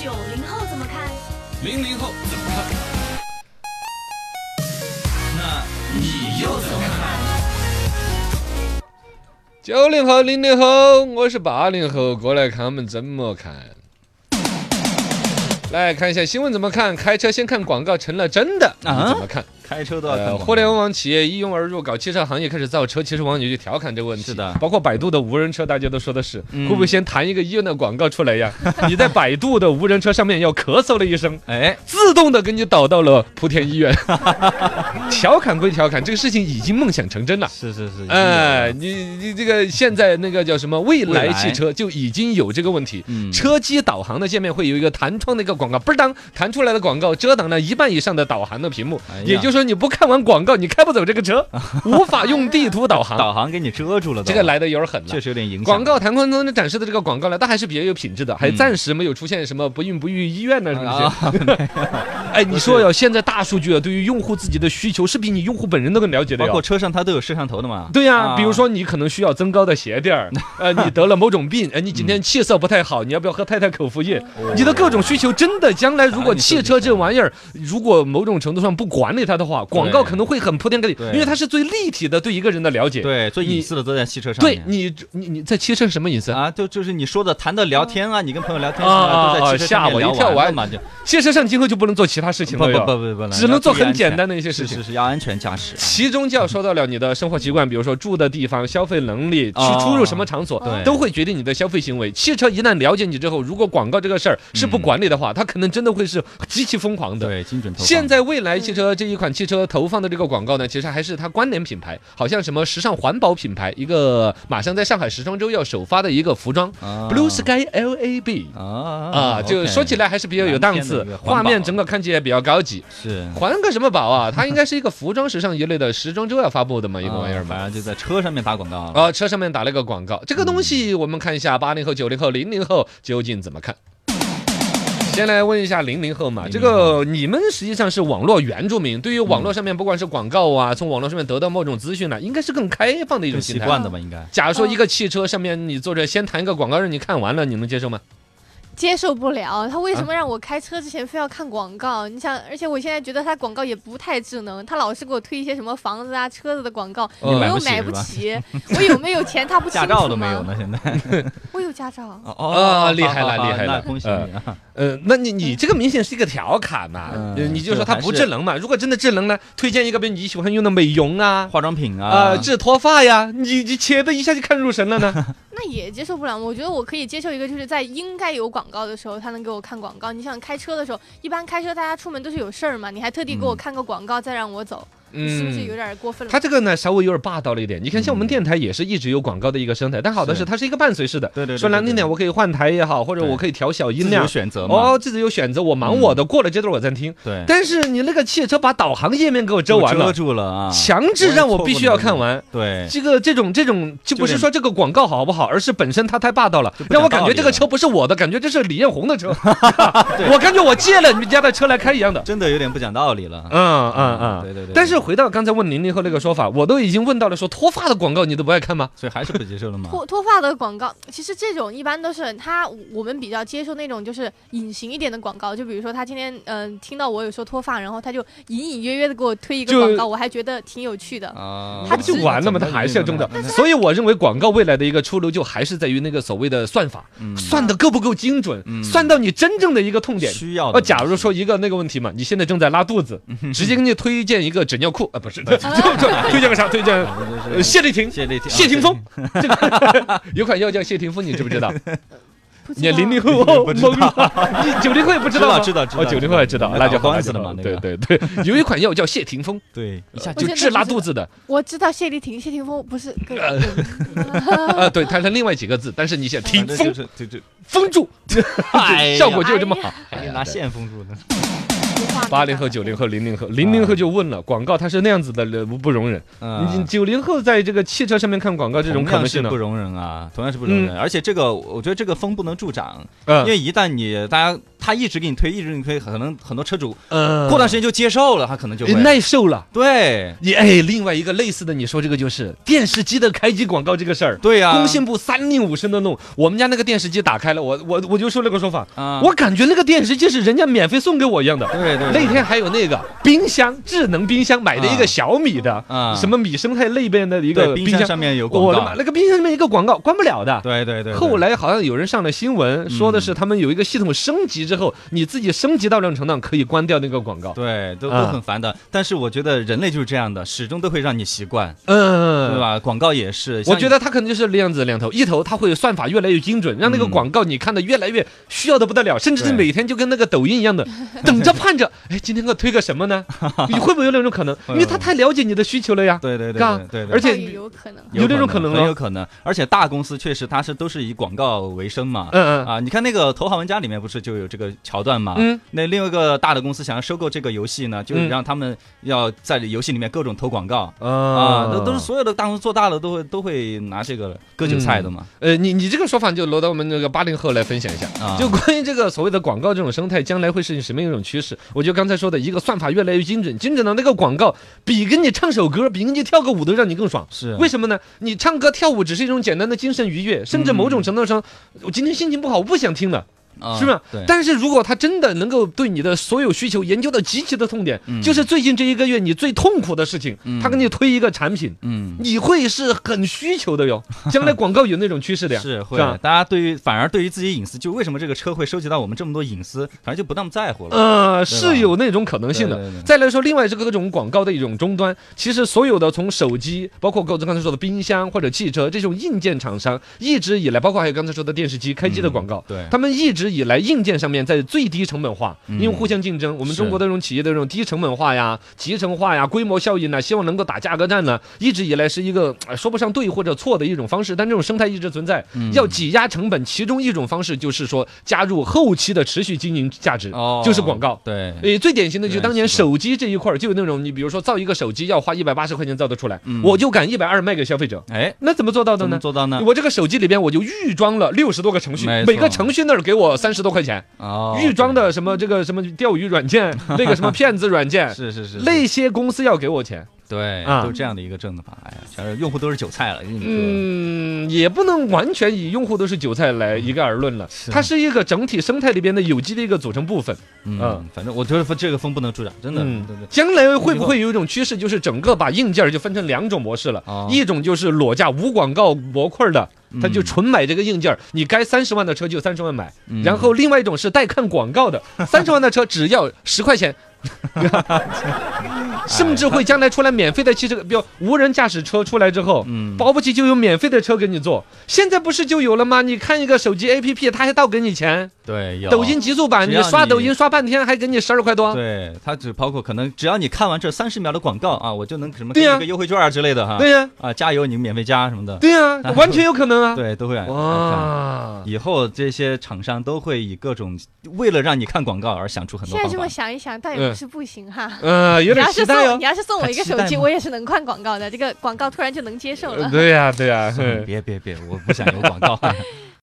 后怎么看 ？00后怎么看？那你又怎么看 ？90后、00后，我是80后，过来看我们怎么看。来看一下新闻怎么看？开车先看广告成了真的，你怎么看？ 开车都要看广告。 互联网企业一拥而入，搞汽车行业开始造车，其实网友就调侃这个问题。 是的， 包括百度的无人车，大家都说的是，会不会先弹一个医院的广告出来呀？你在百度的无人车上面要咳嗽了一声， 哎， 自动的给你导到了莆田医院。调侃归调侃，这个事情已经梦想成真了。 是。 你这个现在那个叫什么未来汽车就已经有这个问题，车机导航的界面会有一个弹窗的一个广告，嘣当弹出来的广告遮挡了一半以上的导航的屏幕，也就是说你不看完广告你开不走这个车，无法用地图导航， 导航给你遮住了。 这个来的有点狠了， 确实有点影响。 广告弹框中展示的这个广告呢，它还是比较有品质的，还暂时没有出现什么不孕不育医院呢，是不是？哎，你说哟，现在大数据对于用户自己的需求是比你用户本人都更了解的， 包括车上它都有摄像头的嘛。 对呀，比如说你可能需要增高的鞋垫儿，你得了某种病，你今天气色不太好，你要不要喝太太口服液？你的各种需求真的将来如果汽车这玩意儿，如果某种程度上不管理它的话，广告可能会很铺天盖地，因为它是最立体的对一个人的了解。 对，最隐私的都在汽车上面。 对你在汽车什么隐私啊？就是你说的谈的聊天啊，你跟朋友聊天啊，都在汽车上面聊完嘛。就汽车上今后就不能做其他事情了， 不， 只能做很简单的一些事情。 是要安全驾驶。 其中就要说到了你的生活习惯，比如说住的地方、消费能力、出入什么场所，都会决定你的消费行为。汽车一旦了解你之后，如果广告这个事儿是不管理的话，它可能真的会是极其疯狂的。 对，精准投放。 现在未来汽车这一款汽车投放的这个广告呢，其实还是它关联品牌，好像什么时尚环保品牌，一个马上在上海时装周要首发的一个服装 Blue Sky LAB 就说起来还是比较有档次，画面整个看起来比较高级。 是环个什么保啊？它应该是一个服装时尚一类的时装周要发布的嘛，一个玩意儿嘛。 反正就在车上面打广告车上面打了个广告。这个东西我们看一下80后、90后、00后究竟怎么看。先来问一下00后嘛，这个你们实际上是网络原住民，对于网络上面不管是广告啊，从网络上面得到某种资讯呢，应该是更开放的一种心态。 习惯的吧，应该。 假如说一个汽车上面你坐着先弹一个广告让你看完了，你能接受吗？ 接受不了，他为什么让我开车之前非要看广告？你想，而且我现在觉得他广告也不太智能，他老是给我推一些什么房子啊、车子的广告，我又买不起，我有没有钱他不清楚吗？ 驾照都没有呢，现在。 我有驾照。 厉害了， 恭喜你啊！ 那你这个明显是一个调侃嘛，你就说它不智能嘛。如果真的智能呢，推荐一个比如你喜欢用的美容啊、 化妆品啊、 治脱发呀，你切的一下就看入神了呢。 那也接受不了。我觉得我可以接受一个，就是在应该有广告的时候，他能给我看广告。你想开车的时候，一般开车大家出门都是有事儿嘛，你还特地给我看个广告再让我走。是不是有点过分了？他这个呢稍微有点霸道了一点。你看，像我们电台也是一直有广告的一个生态，但好的是它是一个伴随式的。 对， 说难听点，我可以换台也好，或者我可以调小音量， 自己有选择嘛。 自己有选择，我忙我的，过了这段我暂听。 对。 但是你那个汽车把导航页面给我遮完了， 遮住了啊！ 强制让我必须要看完。 对。 这种就不是说这个广告好不好，而是本身它太霸道了，让我感觉这个车不是我的，感觉这是李彦宏的车。我感觉我借了你们家的车来开一样的， 真的有点不讲道理了。对。 但是回到刚才问您。00后那个说法，我都已经问到了，说脱发的广告你都不爱看吗？ 所以还是不接受了吗？ 脱发的广告，其实这种一般都是我们比较接受那种就是隐形一点的广告，就比如说他今天听到我有说脱发，然后他就隐隐约约的给我推一个广告，我还觉得挺有趣的。 他不就完了吗？他还是要中的。所以我认为广告未来的一个出路就还是在于那个所谓的算法，算的够不够精准，算到你真正的一个痛点。 需要的。 假如说一个那个问题嘛，你现在正在拉肚子，直接给你推荐一个纸尿裤不是。推荐个啥？推荐谢丽婷、谢霆锋，这个有款药叫谢霆锋，你知不知道？你00后懵了，你90后也不知道吗？ 知道 ，90后也知道，那就好子了嘛。 对，有一款药叫谢霆锋， 对， 一下就治拉肚子的。 我知道谢霆锋不是对，它是另外几个字，但是你写霆锋，封住，效果就这么好， 还拿线封住呢。 80后、90后、00后就问了，广告它是那样子的，不容忍。你90后在这个汽车上面看广告，这种可能性呢？ 不容忍啊，同样是不容忍。而且这个，我觉得这个风不能助长，因为一旦大家他一直给你推，一直给你推，可能很多车主过段时间就接受了，他可能就会耐受了。 对， 另外一个类似的，你说这个就是电视机的开机广告这个事儿。 对呀， 工信部3令5申的弄，我们家那个电视机打开了，我就说那个说法，我感觉那个电视机是人家免费送给我一样的。 对， 那天还有那个冰箱，智能冰箱，买的一个小米的，什么米生态类边的一个冰箱上面有广告， 我的妈，那个冰箱上面一个广告关不了的。 对。 后来好像有人上了新闻，说的是他们有一个系统升级之后，你自己升级到这种程度，可以关掉那个广告。 对，都很烦的。但是我觉得人类就是这样的，始终都会让你习惯，对吧？广告也是， 我觉得它可能就是量子两头，一头它会算法越来越精准，让那个广告你看的越来越需要的不得了，甚至是每天就跟那个抖音一样的，等着盼着，今天给我推个什么呢？你会不会有那种可能？因为他太了解你的需求了呀。 对， 而且有可能有这种可能， 很有可能。而且大公司确实它都是以广告为生嘛。你看那个《头号玩家》里面不是就有这个桥段嘛？那另外一个大的公司想要收购这个游戏呢，就是让他们要在游戏里面各种投广告都是所有的大公司做大了都会拿这个割韭菜的嘛。 你这个说法就挪到我们那个80后来分享一下，就关于这个所谓的广告这种生态，将来会是什么样一种趋势？我就刚才说的一个算法越来越精准到那个广告比跟你唱首歌，比跟你跳个舞都让你更爽。 是为什么呢？你唱歌跳舞只是一种简单的精神愉悦，甚至某种程度上，我今天心情不好，我不想听了。是吧？但是如果他真的能够对你的所有需求研究到极其的痛点，就是最近这1个月你最痛苦的事情，他给你推一个产品，你会是很需求的哟。将来广告有那种趋势的呀， 是会。大家反而对于自己隐私，就为什么这个车会收集到我们这么多隐私，反正就不那么在乎了。 是有那种可能性的。再来说，另外这个各种广告的一种终端，其实所有的从手机，包括刚才说的冰箱或者汽车这种硬件厂商，一直以来，包括还有刚才说的电视机开机的广告，他们一直以来硬件上面在最低成本化，因为互相竞争，我们中国的这种企业的这种低成本化呀、集成化呀、规模效应呢，希望能够打价格战呢，一直以来是一个说不上对或者错的一种方式，但这种生态一直存在。要挤压成本，其中一种方式就是说加入后期的持续经营价值，就是广告。 对， 最典型的就是当年手机这一块，就有那种你比如说造一个手机要花180块钱造得出来，我就敢120卖给消费者。那怎么做到的呢？我这个手机里边我就预装了60多个程序，每个程序那儿给我30多块钱。预装的什么这个什么钓鱼软件，那个什么骗子软件， 是那些公司要给我钱。 对，都是这样的一个挣法。哎呀，全是用户都是韭菜了。 也不能完全以用户都是韭菜来一概而论了，它是一个整体生态里边的有机的一个组成部分。 反正我觉得这个风不能助长，真的。 将来会不会有一种趋势，就是整个把硬件就分成2种模式了？一种就是裸价无广告模块的。他就纯买这个硬件，你该30万的车就30万买，然后另外一种是带看广告的，30万的车只要10块钱。甚至会将来出来免费的汽车，比如无人驾驶车出来之后，保不齐就有免费的车给你做。现在不是就有了吗？你看一个手机 APP，它还倒给你钱。 对，有抖音极速版，你刷抖音刷半天还给你12块多。 对，它只包括可能只要你看完这30秒的广告啊，我就能什么给你个优惠券啊之类的哈。 对呀， 加油你免费加什么的。 对呀，完全有可能啊。 对，都会。 哇， 以后这些厂商都会以各种为了让你看广告而想出很多方法。 现在这么想一想，倒也不是不行哈。 有点期待哦。 你要是送我一个手机，我也是能看广告的。这个广告突然就能接受了。 对呀。 别，我不想有广告。